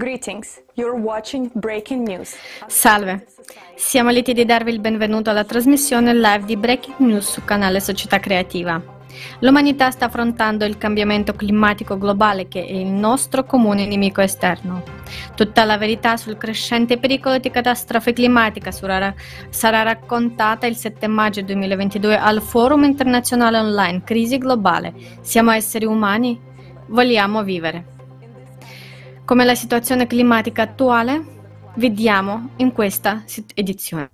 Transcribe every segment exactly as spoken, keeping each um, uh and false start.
Greetings, you're watching Breaking News. Salve, siamo lieti di darvi il benvenuto alla trasmissione live di Breaking News sul canale Società Creativa. L'umanità sta affrontando il cambiamento climatico globale che è il nostro comune nemico esterno. Tutta la verità sul crescente pericolo di catastrofe climatica sarà, sarà raccontata il sette maggio duemilaventidue al Forum internazionale online Crisi globale. Siamo esseri umani? Vogliamo vivere. Come la situazione climatica attuale? Vediamo in questa edizione.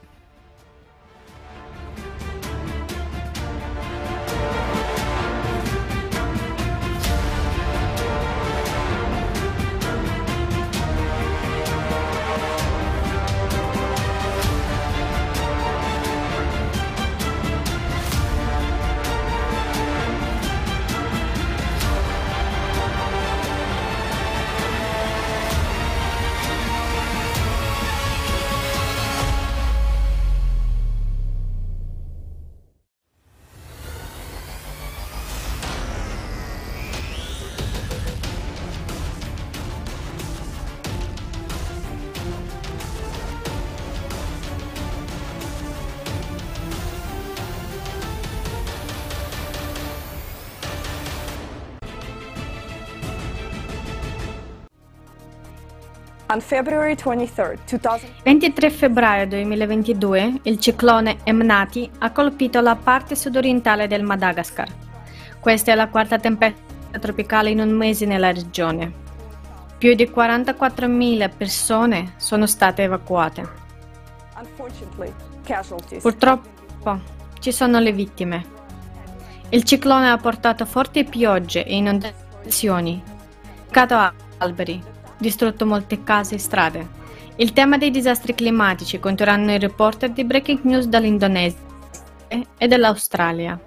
On February twenty-third, two thousand... ventitré febbraio duemilaventidue, il ciclone Emnati ha colpito la parte sudorientale del Madagascar. Questa è la quarta tempesta tropicale in un mese nella regione. Più di quarantaquattromila persone sono state evacuate. Unfortunately, casualties... Purtroppo ci sono le vittime. Il ciclone ha portato forti piogge e inondazioni, calato alberi, distrutto molte case e strade. Il tema dei disastri climatici conteranno i reporter di Breaking News dall'Indonesia e dell'Australia.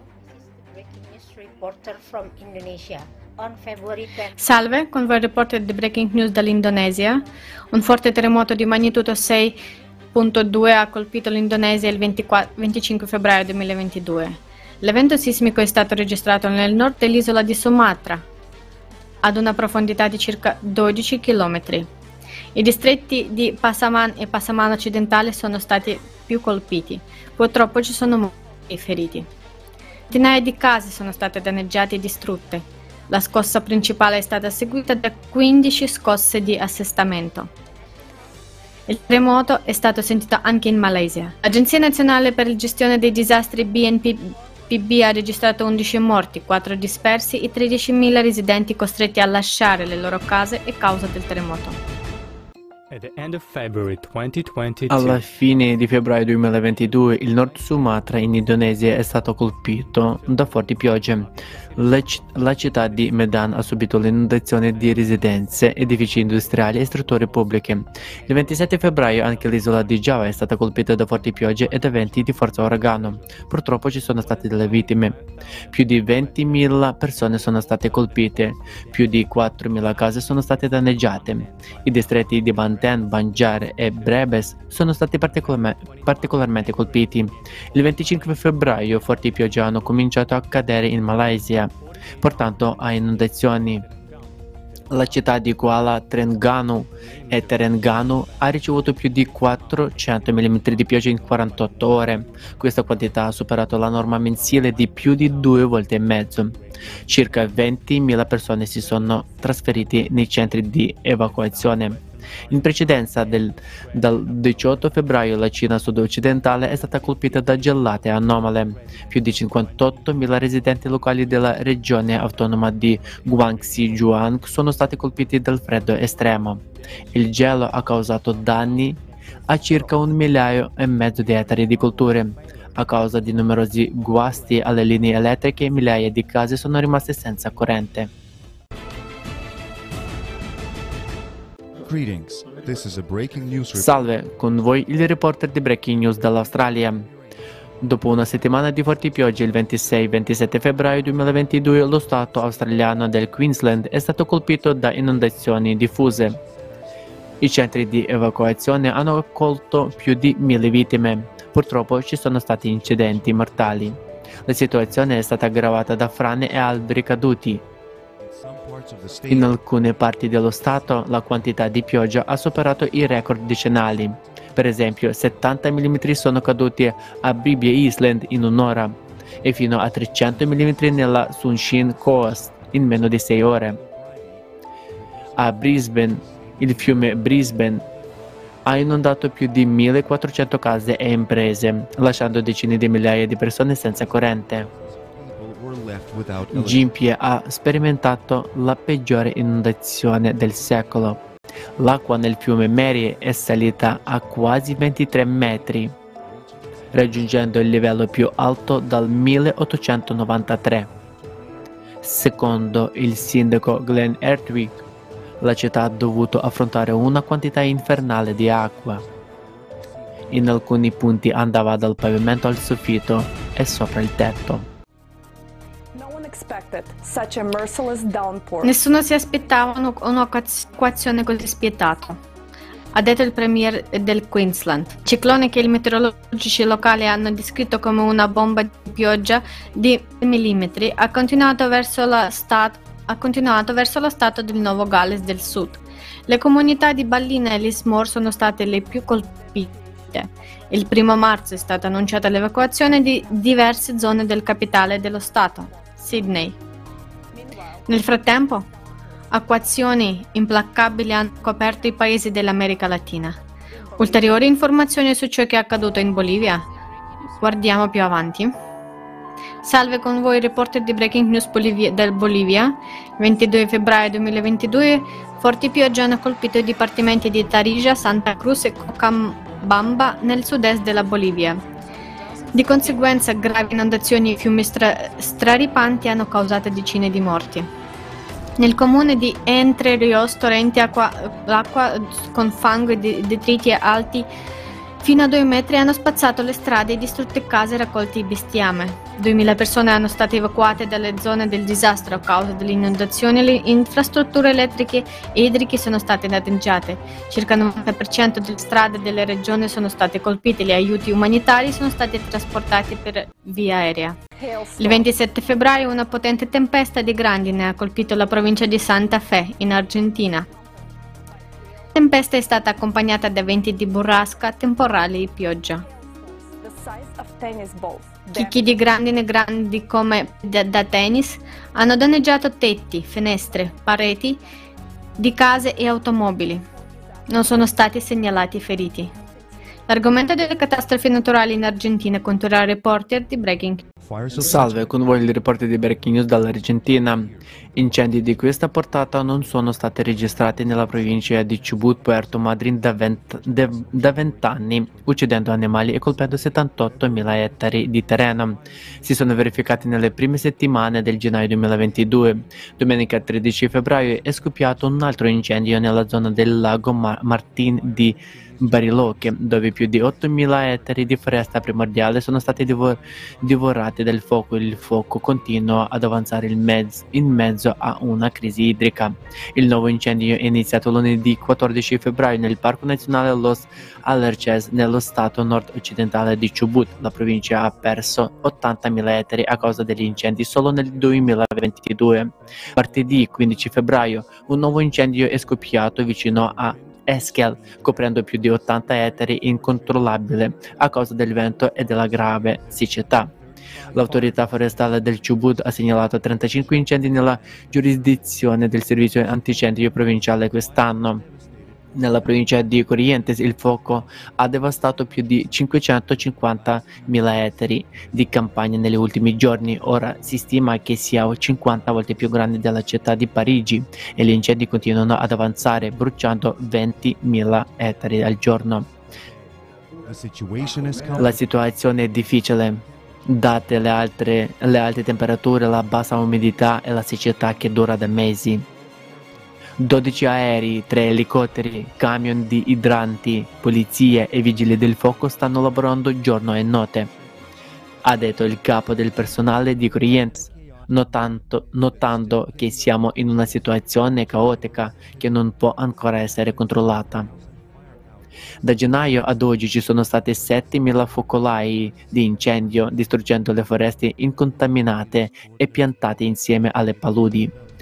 Salve, con voi il reporter di Breaking News dall'Indonesia. Un forte terremoto di magnitudo sei virgola due ha colpito l'Indonesia il venticinque febbraio duemilaventidue. L'evento sismico è stato registrato nel nord dell'isola di Sumatra, ad una profondità di circa dodici chilometri. I distretti di Pasaman e Pasaman occidentale sono stati più colpiti. Purtroppo ci sono molti feriti. Centinaia di case sono state danneggiate e distrutte. La scossa principale è stata seguita da quindici scosse di assestamento. Il terremoto è stato sentito anche in Malaysia. L'Agenzia Nazionale per la Gestione dei Disastri B N P P B ha registrato undici morti, quattro dispersi e tredicimila residenti costretti a lasciare le loro case a causa del terremoto. Alla fine di febbraio duemilaventidue il Nord Sumatra in Indonesia è stato colpito da forti piogge. La, c- la città di Medan ha subito l'inondazione di residenze, edifici industriali e strutture pubbliche. Il ventisette febbraio anche l'isola di Giava è stata colpita da forti piogge e da venti di forza uragano. Purtroppo ci sono state delle vittime. Più di ventimila persone sono state colpite, più di quattromila case sono state danneggiate. I distretti di Banten, Banjar e Brebes sono stati particolarme- particolarmente colpiti. Il venticinque febbraio forti piogge hanno cominciato a cadere in Malaysia, portando a inondazioni. La città di Kuala Terengganu e Terengganu ha ricevuto più di quattrocento millimetri di pioggia in quarantotto ore. Questa quantità ha superato la norma mensile di più di due volte e mezzo. Circa ventimila persone si sono trasferiti nei centri di evacuazione. In precedenza del, dal diciotto febbraio la Cina sud-occidentale è stata colpita da gelate anomale. Più di cinquantottomila residenti locali della regione autonoma di Guangxi-Zhuang sono stati colpiti dal freddo estremo. Il gelo ha causato danni a circa un migliaio e mezzo di ettari di colture. A causa di numerosi guasti alle linee elettriche, migliaia di case sono rimaste senza corrente. Salve, con voi il reporter di Breaking News dall'Australia. Dopo una settimana di forti piogge, il ventisei ventisette febbraio duemilaventidue, lo stato australiano del Queensland è stato colpito da inondazioni diffuse. I centri di evacuazione hanno accolto più di mille vittime. Purtroppo ci sono stati incidenti mortali. La situazione è stata aggravata da frane e alberi caduti. In alcune parti dello Stato la quantità di pioggia ha superato i record decennali. Per esempio, settanta millimetri sono caduti a Bribie Island in un'ora e fino a trecento millimetri nella Sunshine Coast in meno di sei ore. A Brisbane, il fiume Brisbane ha inondato più di millequattrocento case e imprese, lasciando decine di migliaia di persone senza corrente. Gympie ha sperimentato la peggiore inondazione del secolo. L'acqua nel fiume Mary è salita a quasi ventitré metri, raggiungendo il livello più alto dal milleottocentonovantatré. Secondo il sindaco Glenn Erdwig, la città ha dovuto affrontare una quantità infernale di acqua. In alcuni punti andava dal pavimento al soffitto e sopra il tetto. Nessuno si aspettava un'equazione così spietata, ha detto il premier del Queensland. Ciclone che i meteorologi locali hanno descritto come una bomba di pioggia di millimetri ha continuato verso la stat- ha continuato verso lo stato del Nuovo Galles del Sud. Le comunità di Ballina e Lismore sono state le più colpite. Il primo marzo è stata annunciata l'evacuazione di diverse zone del capitale dello stato, Sydney. Nel frattempo, acquazioni implacabili hanno coperto i paesi dell'America Latina. Ulteriori informazioni su ciò che è accaduto in Bolivia? Guardiamo più avanti. Salve, con voi il reporter di Breaking News Bolivia, del Bolivia. ventidue febbraio duemilaventidue, forti piogge hanno colpito i dipartimenti di Tarija, Santa Cruz e Cochabamba nel sud-est della Bolivia. Di conseguenza, gravi inondazioni e fiumi stra- straripanti hanno causato decine di morti. Nel comune di Entre Rios, torrenti acqua, l'acqua con fango e detriti alti fino a due metri hanno spazzato le strade e distrutte case e raccolti bestiame. duemila persone hanno state evacuate dalle zone del disastro a causa delle inondazioni e le infrastrutture elettriche e idriche sono state danneggiate. Circa il novanta per cento delle strade della regione sono state colpite e gli aiuti umanitari sono stati trasportati per via aerea. Il ventisette febbraio una potente tempesta di grandine ha colpito la provincia di Santa Fe, in Argentina. La tempesta è stata accompagnata da venti di burrasca, temporali e pioggia. Chicchi di grandine grandi come da, da tennis hanno danneggiato tetti, finestre, pareti di case e automobili. Non sono stati segnalati feriti. L'argomento delle catastrofi naturali in Argentina contro il reporter di Breaking. Salve, con voi il reporter di Breaking News dall'Argentina. Incendi di questa portata non sono stati registrati nella provincia di Chubut, Puerto Madryn da vent'anni, uccidendo animali e colpendo settantottomila ettari di terreno. Si sono verificati nelle prime settimane del gennaio duemilaventidue. Domenica tredici febbraio è scoppiato un altro incendio nella zona del lago Mar- Martín di Bariloche, dove più di ottomila ettari di foresta primordiale sono stati divor- divorati dal fuoco. Il fuoco continua ad avanzare in mezzo, in mezzo a una crisi idrica. Il nuovo incendio è iniziato lunedì quattordici febbraio nel Parco Nazionale Los Alerces, nello stato nord-occidentale di Chubut. La provincia ha perso ottantamila ettari a causa degli incendi solo nel duemilaventidue. Martedì quindici febbraio un nuovo incendio è scoppiato vicino a Esquel, coprendo più di ottanta ettari incontrollabile a causa del vento e della grave siccità. L'autorità forestale del Chubut ha segnalato trentacinque incendi nella giurisdizione del servizio antincendio provinciale quest'anno. Nella provincia di Corrientes il fuoco ha devastato più di cinquecentocinquantamila ettari di campagna negli ultimi giorni. Ora si stima che sia cinquanta volte più grande della città di Parigi e gli incendi continuano ad avanzare, bruciando ventimila ettari al giorno. La situazione è difficile, date le, altre, le alte temperature, la bassa umidità e la siccità che dura da mesi. dodici aerei, tre elicotteri, camion di idranti, polizie e vigili del fuoco stanno lavorando giorno e notte, ha detto il capo del personale di Corrientes, notando, notando che siamo in una situazione caotica che non può ancora essere controllata. Da gennaio ad oggi ci sono stati settemila focolai di incendio, distruggendo le foreste incontaminate e piantate insieme alle paludi.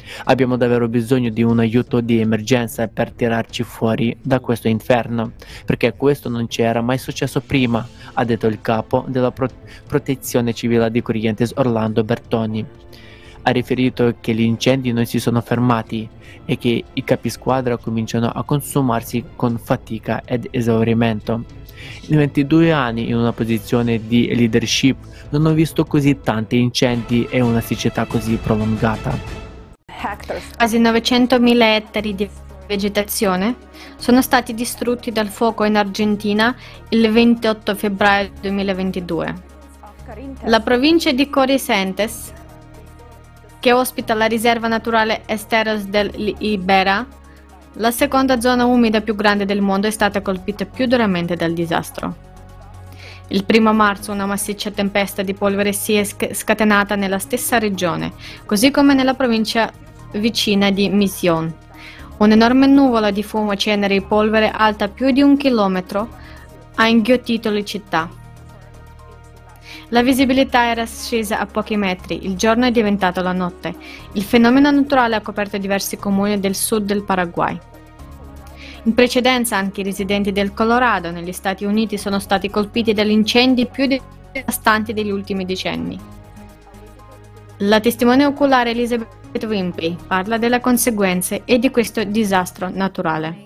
Abbiamo davvero bisogno di un aiuto di emergenza per tirarci fuori da questo inferno, perché questo non ci era mai successo prima, ha detto il capo della pro- protezione civile di Corrientes, Orlando Bertoni. Ha riferito che gli incendi non si sono fermati e che i capisquadra cominciano a consumarsi con fatica ed esaurimento. In ventidue anni in una posizione di leadership non ho visto così tanti incendi e una siccità così prolungata. Hectares. Quasi novecentomila ettari di vegetazione sono stati distrutti dal fuoco in Argentina il ventotto febbraio duemilaventidue. La provincia di Corrientes, che ospita la riserva naturale Esteros dell'Ibera, la seconda zona umida più grande del mondo, è stata colpita più duramente dal disastro. Il primo marzo una massiccia tempesta di polvere si è sc- scatenata nella stessa regione, così come nella provincia vicina di Mission. Un'enorme nuvola di fumo, cenere e polvere alta più di un chilometro ha inghiottito le città. La visibilità era scesa a pochi metri, il giorno è diventato la notte. Il fenomeno naturale ha coperto diversi comuni del sud del Paraguay. In precedenza anche i residenti del Colorado negli Stati Uniti sono stati colpiti dagli incendi più devastanti degli ultimi decenni. La testimone oculare Elizabeth Wimpy parla delle conseguenze e di questo disastro naturale.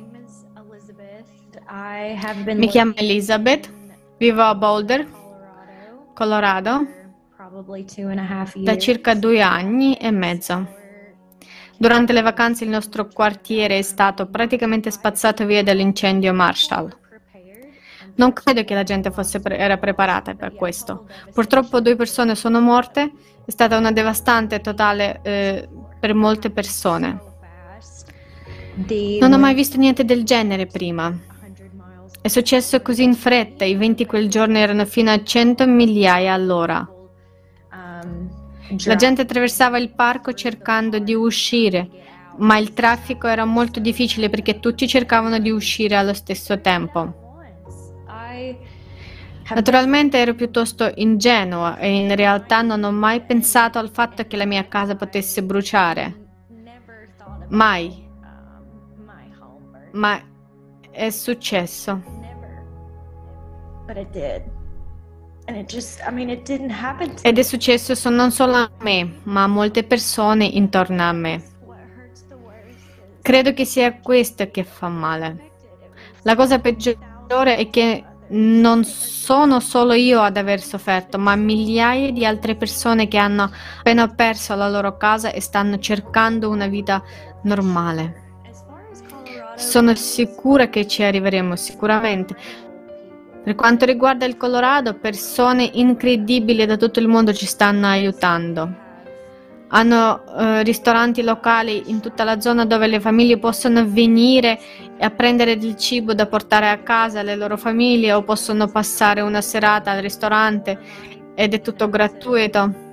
Mi chiamo Elizabeth, vivo a Boulder, Colorado, da circa due anni e mezzo. Durante le vacanze il nostro quartiere è stato praticamente spazzato via dall'incendio Marshall. Non credo che la gente fosse pre- era preparata per questo. Purtroppo due persone sono morte, è stata una devastante totale eh, per molte persone. Non ho mai visto niente del genere prima. È successo così in fretta, i venti quel giorno erano fino a cento migliaia all'ora. La gente attraversava il parco cercando di uscire, ma il traffico era molto difficile perché tutti cercavano di uscire allo stesso tempo. Naturalmente ero piuttosto ingenua e in realtà non ho mai pensato al fatto che la mia casa potesse bruciare. Mai. Ma è successo. Ed è successo non solo a me, ma a molte persone intorno a me. Credo che sia questo che fa male. La cosa peggiore è che non sono solo io ad aver sofferto, ma migliaia di altre persone che hanno appena perso la loro casa e stanno cercando una vita normale. Sono sicura che ci arriveremo, sicuramente. Per quanto riguarda il Colorado, persone incredibili da tutto il mondo ci stanno aiutando. Hanno eh, ristoranti locali in tutta la zona dove le famiglie possono venire a prendere del cibo da portare a casa alle loro famiglie o possono passare una serata al ristorante ed è tutto gratuito.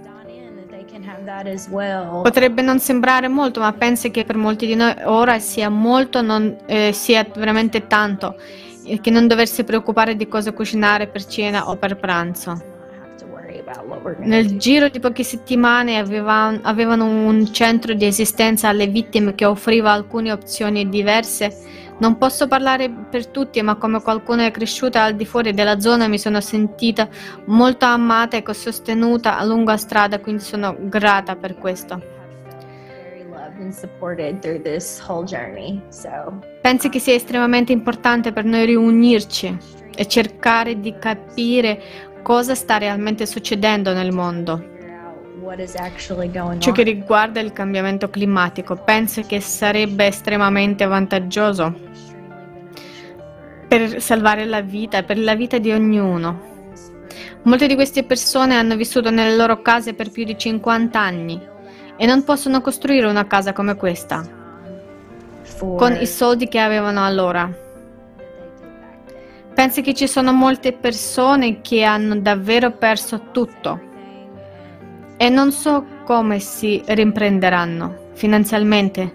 Potrebbe non sembrare molto, ma penso che per molti di noi ora sia molto, non, eh, sia veramente tanto, e che non doversi preoccupare di cosa cucinare per cena o per pranzo. Nel giro di poche settimane aveva, avevano un centro di assistenza alle vittime che offriva alcune opzioni diverse. Non posso parlare per tutti, ma come qualcuno è cresciuta al di fuori della zona mi sono sentita molto amata e sostenuta a lunga strada, quindi sono grata per questo. Penso che sia estremamente importante per noi riunirci e cercare di capire cosa sta realmente succedendo nel mondo. Ciò che riguarda il cambiamento climatico, penso che sarebbe estremamente vantaggioso per salvare la vita, per la vita di ognuno. Molte di queste persone hanno vissuto nelle loro case per più di cinquanta anni e non possono costruire una casa come questa con i soldi che avevano allora. Penso che ci sono molte persone che hanno davvero perso tutto e non so come si riprenderanno finanziariamente.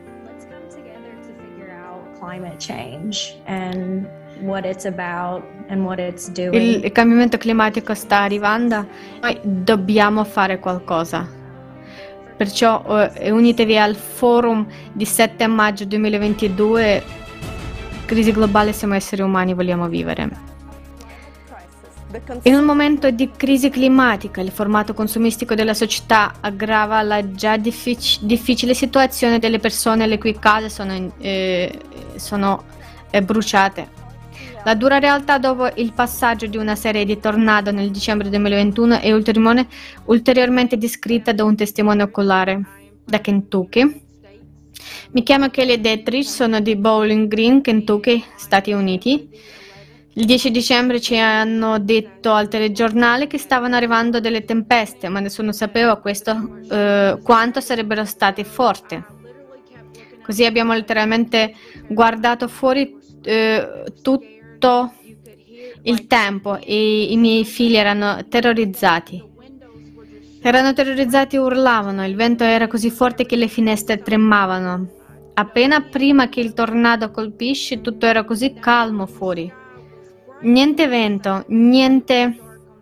Il cambiamento climatico sta arrivando, noi dobbiamo fare qualcosa. Perciò eh, unitevi al forum di sette maggio duemilaventidue. Crisi globale, siamo esseri umani, vogliamo vivere. In un momento di crisi climatica, il formato consumistico della società aggrava la già diffic- difficile situazione delle persone le cui case sono, eh, sono eh, bruciate. La dura realtà dopo il passaggio di una serie di tornado nel dicembre duemilaventuno è ulteriormente, ulteriormente descritta da un testimone oculare da Kentucky. Mi chiamo Kelly Detrich, sono di Bowling Green, Kentucky, Stati Uniti. Il dieci dicembre ci hanno detto al telegiornale che stavano arrivando delle tempeste, ma nessuno sapeva questo, eh, quanto sarebbero state forti. Così abbiamo letteralmente guardato fuori eh, tutto il tempo e i miei figli erano terrorizzati. Erano terrorizzati e urlavano, il vento era così forte che le finestre tremavano. Appena prima che il tornado colpisce, tutto era così calmo fuori. Niente vento, niente.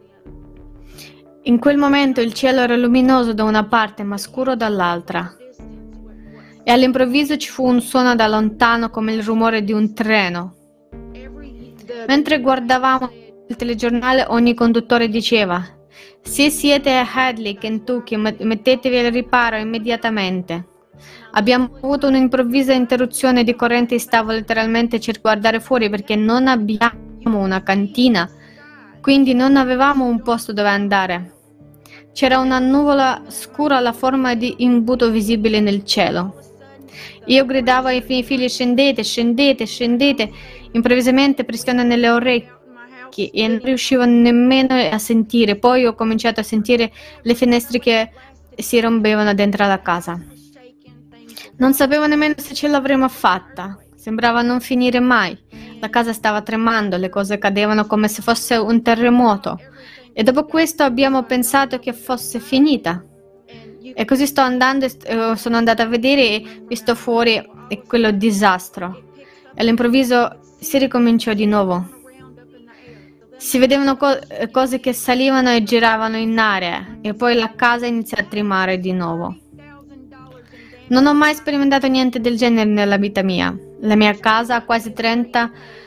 In quel momento il cielo era luminoso da una parte ma scuro dall'altra. E all'improvviso ci fu un suono da lontano come il rumore di un treno. Mentre guardavamo il telegiornale, ogni conduttore diceva: se siete a Hadley, Kentucky, mettetevi al riparo immediatamente. Abbiamo avuto un'improvvisa interruzione di corrente e stavo letteralmente a guardare fuori perché non abbiamo una cantina, quindi non avevamo un posto dove andare. C'era una nuvola scura alla forma di imbuto visibile nel cielo. Io gridavo ai miei figli: scendete, scendete, scendete. Improvvisamente pressione nelle orecchie e non riuscivo nemmeno a sentire. Poi ho cominciato a sentire le finestre che si rompevano dentro la casa. Non sapevo nemmeno se ce l'avremmo fatta. Sembrava non finire mai. La casa stava tremando, le cose cadevano come se fosse un terremoto. E dopo questo abbiamo pensato che fosse finita. E così sto andando, sono andata a vedere e visto fuori quello disastro. E all'improvviso si ricominciò di nuovo. Si vedevano co- cose che salivano e giravano in aria e poi la casa iniziò a tremare di nuovo. Non ho mai sperimentato niente del genere nella vita mia. La mia casa ha quasi trenta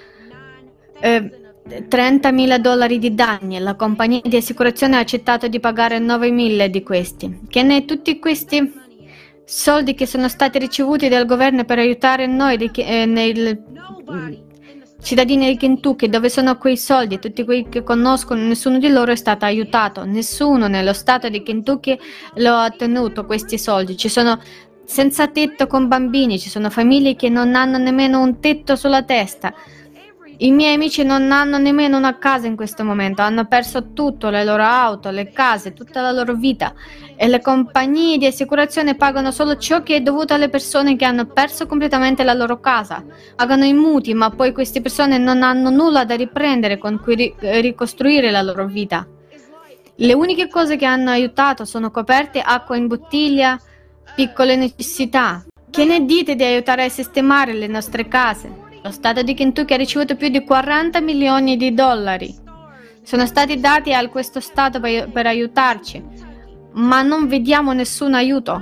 trentamila dollari di danni. La compagnia di assicurazione ha accettato di pagare novemila di questi. Che ne tutti questi soldi che sono stati ricevuti dal governo per aiutare noi di, eh, nei cittadini di Kentucky, dove sono quei soldi? Tutti quelli che conoscono, nessuno di loro è stato aiutato. Nessuno nello stato di Kentucky lo ha ottenuto questi soldi. Ci sono senza tetto con bambini, ci sono famiglie che non hanno nemmeno un tetto sulla testa. I miei amici non hanno nemmeno una casa in questo momento, hanno perso tutto, le loro auto, le case, tutta la loro vita, e le compagnie di assicurazione pagano solo ciò che è dovuto alle persone che hanno perso completamente la loro casa. Pagano i mutui, ma poi queste persone non hanno nulla da riprendere con cui ri- ricostruire la loro vita. Le uniche cose che hanno aiutato sono coperte, acqua in bottiglia, piccole necessità. Che ne dite di aiutare a sistemare le nostre case? Lo Stato di Kentucky ha ricevuto più di quaranta milioni di dollari. Sono stati dati a questo Stato per, per aiutarci, ma non vediamo nessun aiuto.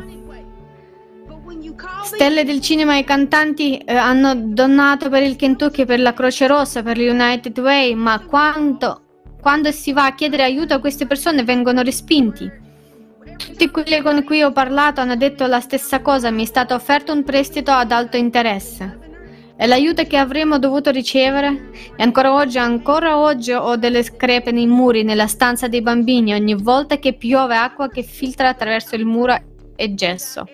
Stelle del cinema e cantanti eh, hanno donato per il Kentucky, per la Croce Rossa, per l'United Way, ma quando, quando si va a chiedere aiuto a queste persone vengono respinti. Tutti quelli con cui ho parlato hanno detto la stessa cosa: mi è stato offerto un prestito ad alto interesse. E l'aiuto che avremmo dovuto ricevere? E ancora oggi, ancora oggi ho delle crepe nei muri, nella stanza dei bambini. Ogni volta che piove, acqua che filtra attraverso il muro e gesso.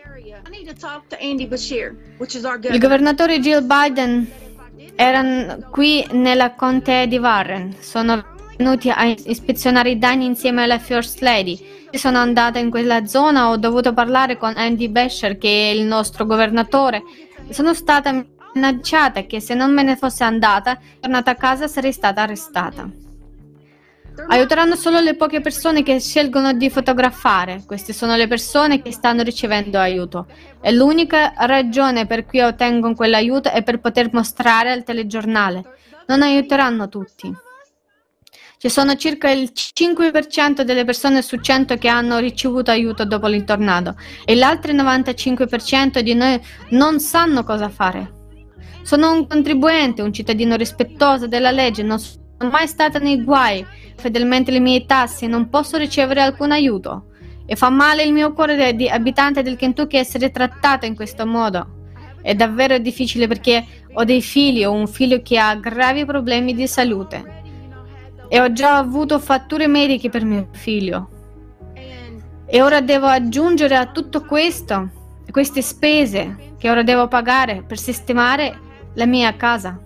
Il governatore Jill Biden era qui nella contea di Warren. Sono venuti a ispezionare i danni insieme alla First Lady. Sono andata in quella zona, ho dovuto parlare con Andy Beshear, che è il nostro governatore. Sono stata minacciata che se non me ne fosse andata, tornata a casa, sarei stata arrestata. Aiuteranno solo le poche persone che scelgono di fotografare. Queste sono le persone che stanno ricevendo aiuto. E l'unica ragione per cui ottengono quell'aiuto è per poter mostrare al telegiornale. Non aiuteranno tutti. Ci sono circa il cinque per cento delle persone su cento che hanno ricevuto aiuto dopo il tornado e l'altro novantacinque per cento di noi non sanno cosa fare. Sono un contribuente, un cittadino rispettoso della legge, non sono mai stata nei guai, fedelmente le mie tasse e non posso ricevere alcun aiuto. E fa male il mio cuore di abitante del Kentucky essere trattato in questo modo. È davvero difficile perché ho dei figli, ho un figlio che ha gravi problemi di salute. E ho già avuto fatture mediche per mio figlio. E ora devo aggiungere a tutto questo, queste spese che ora devo pagare per sistemare la mia casa.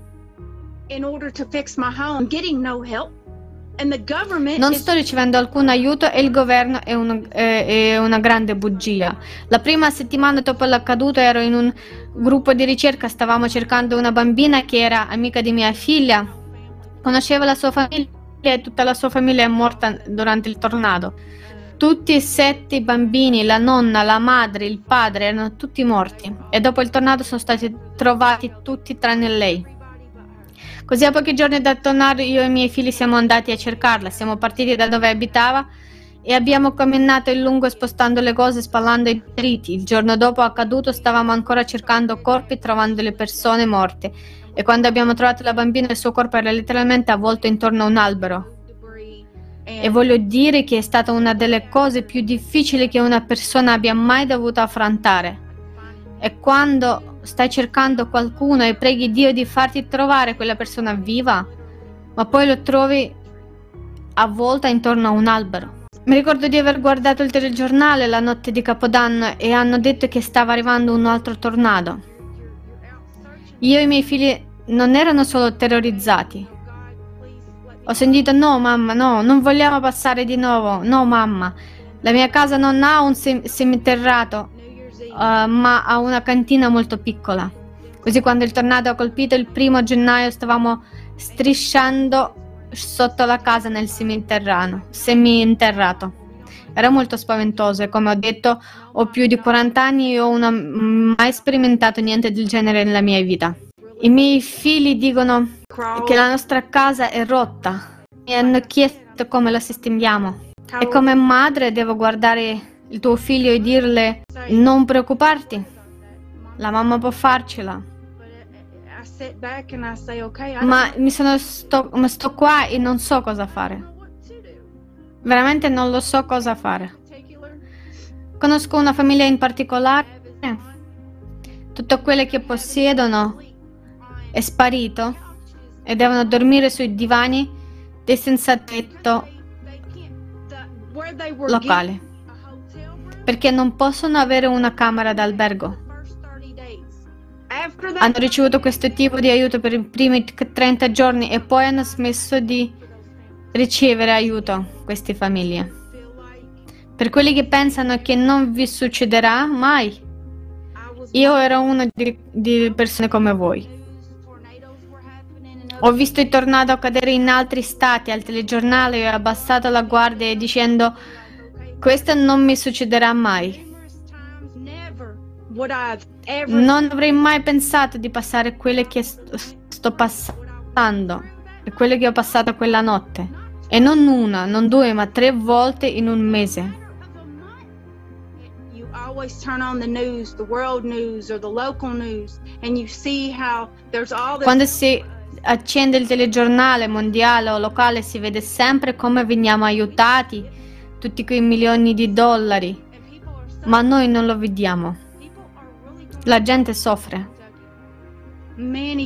Non sto ricevendo alcun aiuto e il governo è, un, è, è una grande bugia. La prima settimana dopo l'accaduto ero in un gruppo di ricerca, stavamo cercando una bambina che era amica di mia figlia, conosceva la sua famiglia e tutta la sua famiglia è morta durante il tornado. Tutti e sette bambini, la nonna, la madre, il padre erano tutti morti e dopo il tornado sono stati trovati tutti tranne lei. Così a pochi giorni da tornare io e i miei figli siamo andati a cercarla, siamo partiti da dove abitava e abbiamo camminato in lungo spostando le cose, spallando i detriti. Il giorno dopo accaduto stavamo ancora cercando corpi, trovando le persone morte e quando abbiamo trovato la bambina il suo corpo era letteralmente avvolto intorno a un albero. E voglio dire che è stata una delle cose più difficili che una persona abbia mai dovuto affrontare. E quando stai cercando qualcuno e preghi Dio di farti trovare quella persona viva, ma poi lo trovi avvolta intorno a un albero. Mi ricordo di aver guardato il telegiornale la notte di Capodanno e hanno detto che stava arrivando un altro tornado. Io e i miei figli non erano solo terrorizzati. Ho sentito no mamma, no, non vogliamo passare di nuovo, no mamma. La mia casa non ha un sem- seminterrato, uh, ma ha una cantina molto piccola. Così quando il tornado ha colpito il primo gennaio stavamo strisciando sotto la casa nel seminterrano, seminterrato. Era molto spaventoso e come ho detto ho più di quaranta anni e ho una, mai sperimentato niente del genere nella mia vita. I miei figli dicono che la nostra casa è rotta. Mi hanno chiesto come la sistemiamo. E come madre devo guardare il tuo figlio e dirle non preoccuparti, la mamma può farcela. Ma mi sono sto, sto qua e non so cosa fare. Veramente non lo so cosa fare. Conosco una famiglia in particolare. Tutto quello che possiedono è sparito e devono dormire sui divani dei senza tetto locali perché non possono avere una camera d'albergo. Hanno ricevuto questo tipo di aiuto per i primi trenta giorni e poi hanno smesso di ricevere aiuto, queste famiglie. Per quelli che pensano che non vi succederà mai, io ero una di, di persone come voi. Ho visto i tornado accadere in altri stati al telegiornale e ho abbassato la guardia dicendo questo non mi succederà mai. Non avrei mai pensato di passare quelle che sto, sto passando e quelle che ho passato quella notte. E non una, non due, ma tre volte in un mese. Quando si accende il telegiornale mondiale o locale si vede sempre come veniamo aiutati, tutti quei milioni di dollari, ma noi non lo vediamo. La gente soffre. Nel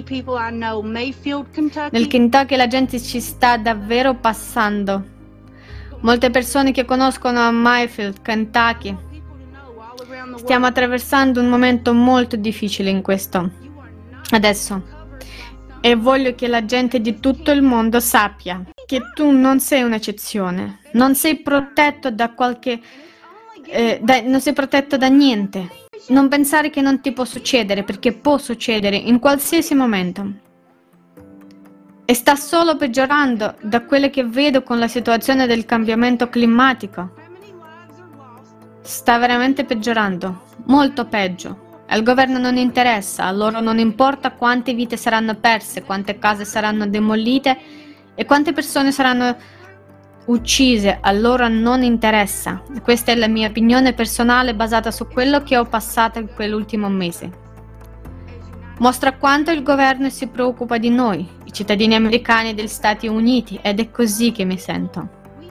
Kentucky la gente ci sta davvero passando. Molte persone che conoscono a Mayfield, Kentucky. Stiamo attraversando un momento molto difficile in questo adesso. E voglio che la gente di tutto il mondo sappia che tu non sei un'eccezione. Non sei protetto da qualche... Eh, da, non sei protetto da niente. Non pensare che non ti può succedere, perché può succedere in qualsiasi momento. E sta solo peggiorando da quello che vedo con la situazione del cambiamento climatico. Sta veramente peggiorando, molto peggio. Al governo non interessa, a loro non importa quante vite saranno perse, quante case saranno demolite e quante persone saranno uccise, a loro non interessa. Questa è la mia opinione personale basata su quello che ho passato in quell'ultimo mese. Mostra quanto il governo si preoccupa di noi, i cittadini americani degli Stati Uniti, ed è così che mi sento.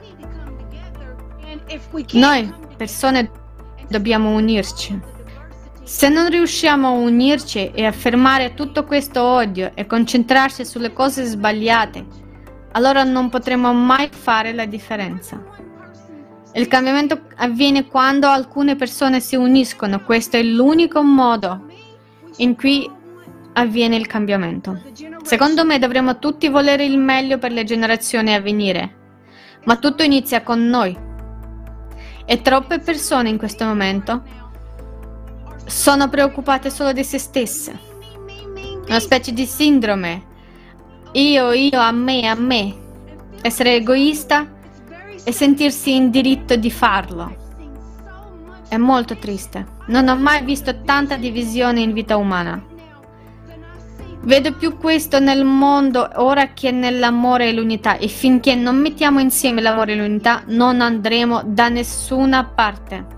Noi, persone, dobbiamo unirci. Se non riusciamo a unirci e a fermare tutto questo odio e concentrarci sulle cose sbagliate, allora non potremo mai fare la differenza. Il cambiamento avviene quando alcune persone si uniscono. Questo è l'unico modo in cui avviene il cambiamento. Secondo me dovremmo tutti volere il meglio per le generazioni a venire, ma tutto inizia con noi. E troppe persone in questo momento sono preoccupate solo di se stesse. Una specie di sindrome. Io, io, a me, a me. Essere egoista e sentirsi in diritto di farlo. È molto triste. Non ho mai visto tanta divisione in vita umana. Vedo più questo nel mondo ora che nell'amore e l'unità, e finché non mettiamo insieme l'amore e l'unità non andremo da nessuna parte.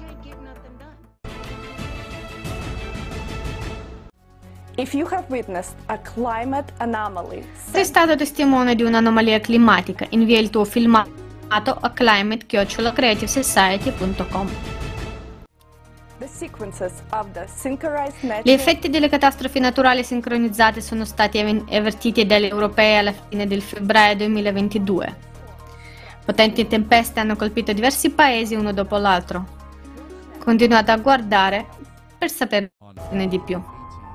If you have witnessed a climate anomaly, Se sei stato testimone di un'anomalia climatica, invia il tuo filmato a climate chiocciola creative society punto com. the sequences of the synchronized Gli natural effetti delle catastrofi naturali sincronizzate sono stati aven- avvertiti dalle europee alla fine del febbraio duemilaventidue. Potenti tempeste hanno colpito diversi paesi uno dopo l'altro. Continuate a guardare per saperne di più.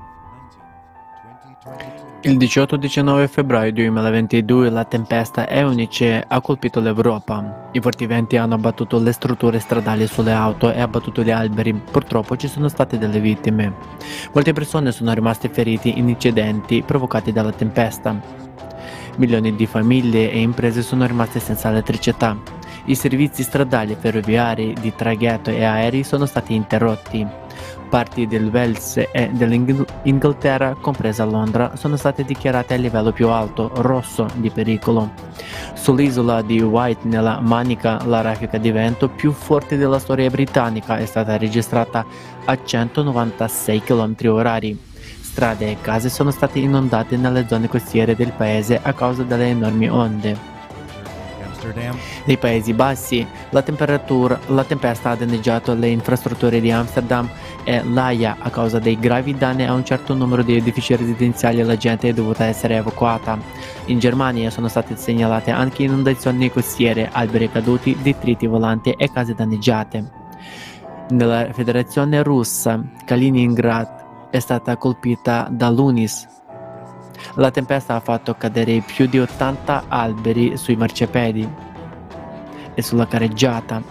Il diciotto diciannove febbraio duemilaventidue la tempesta Eunice ha colpito l'Europa. I forti venti hanno abbattuto le strutture stradali sulle auto e abbattuto gli alberi. Purtroppo ci sono state delle vittime. Molte persone sono rimaste ferite in incidenti provocati dalla tempesta. Milioni di famiglie e imprese sono rimaste senza elettricità. I servizi stradali, ferroviari, di traghetto e aerei sono stati interrotti. Parti del Wales e dell'Inghilterra, compresa Londra, sono state dichiarate a livello più alto, rosso, di pericolo. Sull'isola di Wight, nella Manica, la raffica di vento più forte della storia britannica è stata registrata a centonovantasei chilometri orari. Strade e case sono state inondate nelle zone costiere del paese a causa delle enormi onde. Nei Paesi Bassi, la, temperatura, la tempesta ha danneggiato le infrastrutture di Amsterdam e l'Aia a causa dei gravi danni a un certo numero di edifici residenziali e la gente è dovuta essere evacuata. In Germania sono state segnalate anche inondazioni costiere, alberi caduti, detriti volanti e case danneggiate. Nella Federazione Russa, Kaliningrad è stata colpita dall'Unis. La tempesta ha fatto cadere più di ottanta alberi sui marciapiedi e sulla carreggiata.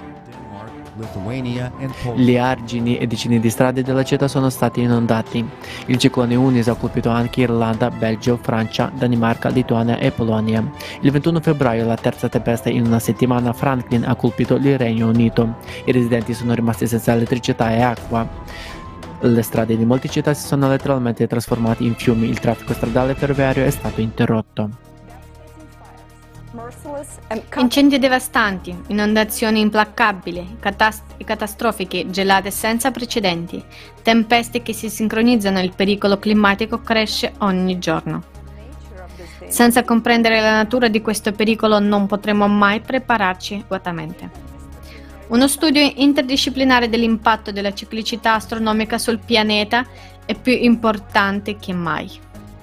Gli argini e decine di strade della città sono stati inondati. Il ciclone Unis ha colpito anche Irlanda, Belgio, Francia, Danimarca, Lituania e Polonia. Il ventuno febbraio, la terza tempesta in una settimana, Franklin ha colpito il Regno Unito. I residenti sono rimasti senza elettricità e acqua. Le strade di molte città si sono letteralmente trasformate in fiumi, il traffico stradale e ferroviario è stato interrotto. merciless and Incendi devastanti, inondazioni implacabili, catas- catastrofiche, gelate senza precedenti, tempeste che si sincronizzano, il pericolo climatico cresce ogni giorno. nature of this day. Senza comprendere la natura di questo pericolo non potremo mai prepararci adeguatamente. Uno studio interdisciplinare dell'impatto della ciclicità astronomica sul pianeta è più importante che mai.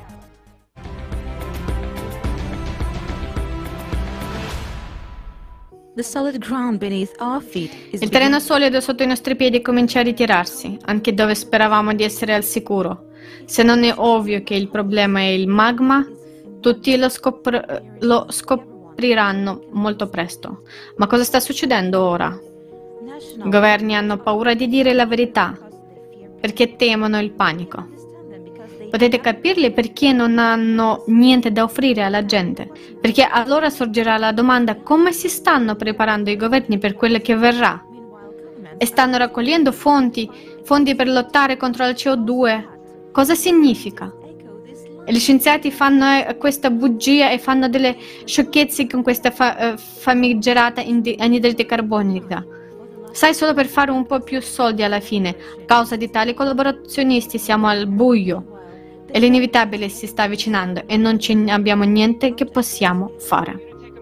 The solid ground beneath our feet is Il terreno solido sotto i nostri piedi comincia a ritirarsi, anche dove speravamo di essere al sicuro. Se non è ovvio che il problema è il magma, tutti lo, scopr- lo scopriranno molto presto. Ma cosa sta succedendo ora? I governi hanno paura di dire la verità, perché temono il panico. Potete capirli perché non hanno niente da offrire alla gente, perché allora sorgerà la domanda: come si stanno preparando i governi per quello che verrà? E stanno raccogliendo fonti, fondi per lottare contro il C O due? Cosa significa? E gli scienziati fanno eh, questa bugia e fanno delle sciocchezze con questa fa- eh, famigerata indi- anidride carbonica. Sai, solo per fare un po' più soldi alla fine. A causa di tali collaborazionisti siamo al buio e l'inevitabile si sta avvicinando e non ci abbiamo niente che possiamo fare.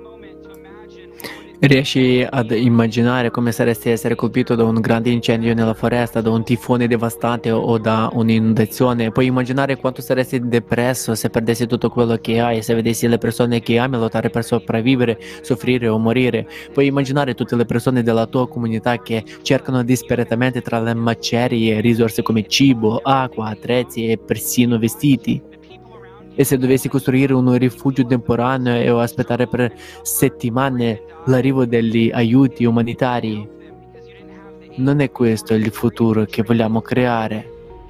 Riesci ad immaginare come saresti essere colpito da un grande incendio nella foresta, da un tifone devastante o da un'inondazione? Puoi immaginare quanto saresti depresso se perdessi tutto quello che hai, se vedessi le persone che ami lottare per sopravvivere, soffrire o morire. Puoi immaginare tutte le persone della tua comunità che cercano disperatamente tra le macerie risorse come cibo, acqua, attrezzi e persino vestiti. E se dovessi costruire un rifugio temporaneo o aspettare per settimane l'arrivo degli aiuti umanitari? Non è questo il futuro che vogliamo creare.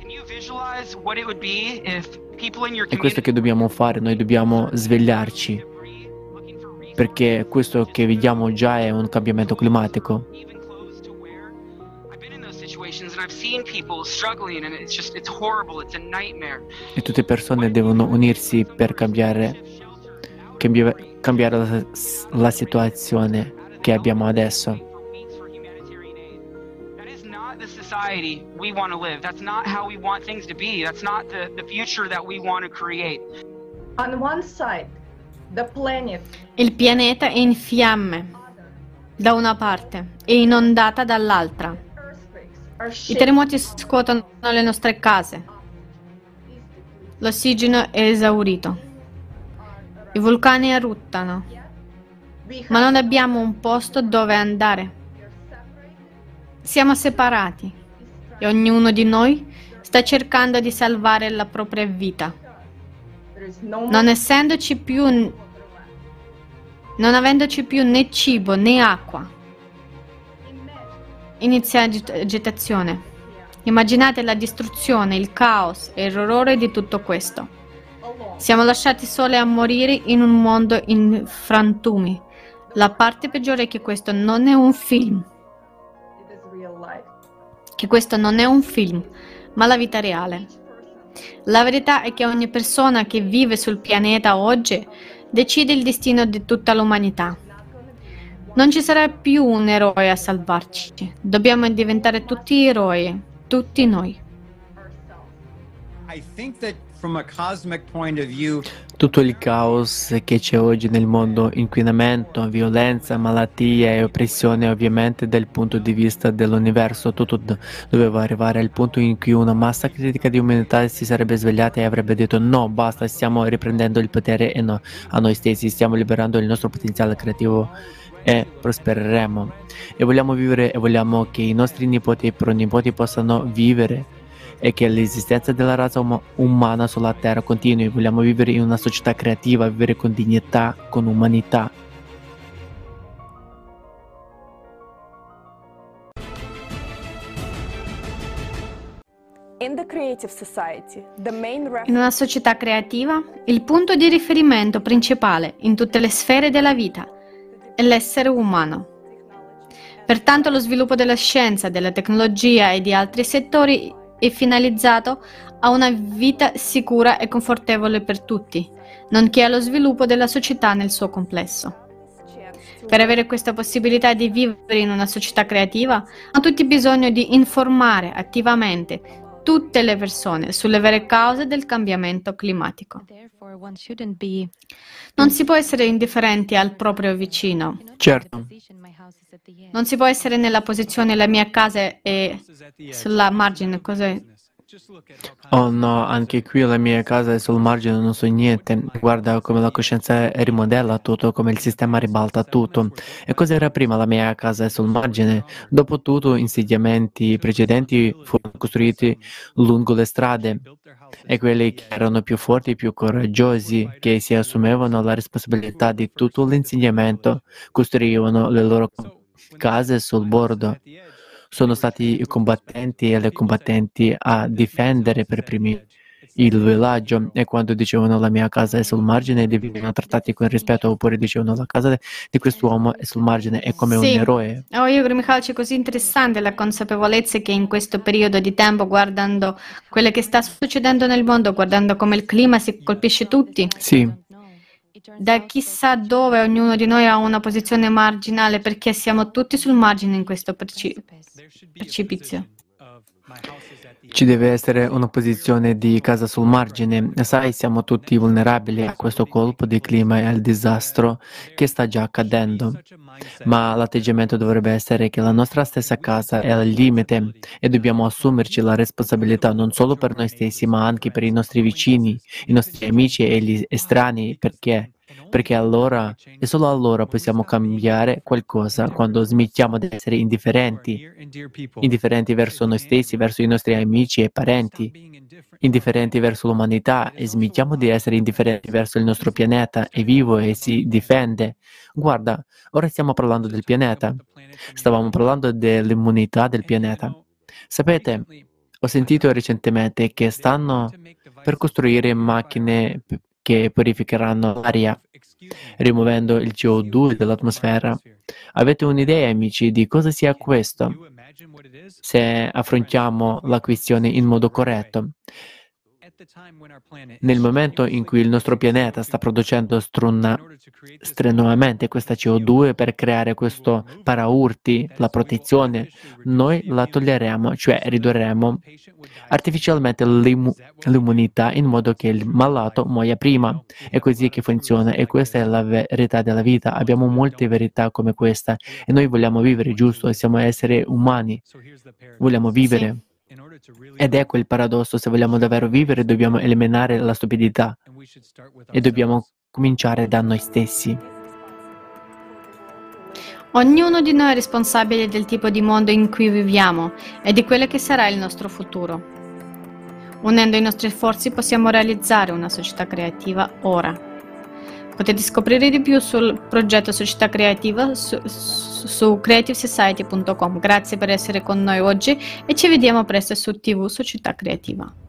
È questo che dobbiamo fare, noi dobbiamo svegliarci, perché questo che vediamo già è un cambiamento climatico. E tutte le persone devono unirsi per cambiare, cambi- cambiare la, la situazione che abbiamo adesso. The society we want to live. That's not how we want things to be. That's not the, the future that we want to create. On one side, the planet Il pianeta è in fiamme da una parte e inondata dall'altra. earthquakes are I shaking. terremoti scuotono le nostre case. L'ossigeno è esaurito. I vulcani eruttano, We ma have non abbiamo un posto dove andare. Siamo separati e ognuno di noi sta cercando di salvare la propria vita. there is no Non essendoci più, non avendoci più né cibo né acqua. Inizia agit- agitazione. Immaginate la distruzione, il caos e il orrore di tutto questo. alone. Siamo lasciati soli a morire in un mondo in frantumi. La parte peggiore è che questo non è un film, It is real life. che questo non è un film, ma la vita reale. La verità è che ogni persona che vive sul pianeta oggi decide il destino di tutta l'umanità. Non ci sarà più un eroe a salvarci. Dobbiamo diventare tutti eroi, tutti noi. I think that from a cosmic point of view, Tutto il caos che c'è oggi nel mondo, inquinamento, violenza, malattia e oppressione, ovviamente dal punto di vista dell'universo, tutto do- doveva arrivare al punto in cui una massa critica di umanità si sarebbe svegliata e avrebbe detto no, basta, stiamo riprendendo il potere e no, a noi stessi, stiamo liberando il nostro potenziale creativo e prospereremo. E vogliamo vivere e vogliamo che i nostri nipoti e pronipoti possano vivere e che l'esistenza della razza um- umana sulla Terra continui. Vogliamo vivere in una società creativa, vivere con dignità, con umanità. In the creative society, the main In reference una società creativa, il punto di riferimento principale in tutte le sfere della vita è l'essere umano. Pertanto lo sviluppo della scienza, della tecnologia e di altri settori è finalizzato a una vita sicura e confortevole per tutti, nonché allo sviluppo della società nel suo complesso. Per avere questa possibilità di vivere in una società creativa, hanno tutti bisogno di informare attivamente tutte le persone sulle vere cause del cambiamento climatico. Therefore, one shouldn't be. Non si può essere indifferenti al proprio vicino. Certo. Non si può essere nella posizione la mia casa è sulla margine, cos'è? Oh no, anche qui la mia casa è sul margine, non so niente. Guarda come la coscienza rimodella tutto, come il sistema ribalta tutto. E cos'era prima? La mia casa è sul margine. Dopotutto, insediamenti precedenti furono costruiti lungo le strade e quelli che erano più forti, più coraggiosi, che si assumevano la responsabilità di tutto l'insediamento, costruivano le loro case sul bordo. Sono stati i combattenti e le combattenti a difendere per primi il villaggio, e quando dicevano la mia casa è sul margine venivano trattati con rispetto, oppure dicevano la casa di quest'uomo è sul margine, è come un Sì. eroe. Oh, Igor Mikhailovich, è così interessante la consapevolezza che in questo periodo di tempo, guardando quello che sta succedendo nel mondo, guardando come il clima si colpisce tutti, Sì, da chissà dove ognuno di noi ha una posizione marginale, perché siamo tutti sul margine in questo preci- precipizio. ci deve essere una posizione di casa sul margine. Sai, siamo tutti vulnerabili a questo colpo di clima e al disastro che sta già accadendo. Ma l'atteggiamento dovrebbe essere che la nostra stessa casa è al limite e dobbiamo assumerci la responsabilità non solo per noi stessi, ma anche per i nostri vicini, i nostri amici e gli estranei. Perché? Perché allora, e solo allora possiamo cambiare qualcosa, quando smettiamo di essere indifferenti, indifferenti verso noi stessi, verso i nostri amici e parenti, indifferenti verso l'umanità, e smettiamo di essere indifferenti verso il nostro pianeta, è vivo e si difende. Guarda, ora stiamo parlando del pianeta, stavamo parlando dell'immunità del pianeta. Sapete, ho sentito recentemente che stanno per costruire macchine p- che purificheranno l'aria, rimuovendo il C O due dall'atmosfera. Avete un'idea, amici, di cosa sia questo? Se affrontiamo la questione in modo corretto. Nel momento in cui il nostro pianeta sta producendo struna- strenuamente questa C O due per creare questo paraurti, la protezione, noi la toglieremo, cioè ridurremo artificialmente l'immu- l'immunità in modo che il malato muoia prima. È così che funziona e questa è la verità della vita. Abbiamo molte verità come questa e noi vogliamo vivere giusto, siamo esseri umani, vogliamo vivere. Ed ecco il paradosso: se vogliamo davvero vivere dobbiamo eliminare la stupidità e dobbiamo cominciare da noi stessi. Ognuno di noi è responsabile del tipo di mondo in cui viviamo e di quello che sarà il nostro futuro. Unendo i nostri sforzi possiamo realizzare una società creativa ora. Potete scoprire di più sul progetto Società Creativa su, su, su creative society punto com. Grazie per essere con noi oggi e ci vediamo presto su T V Società Creativa.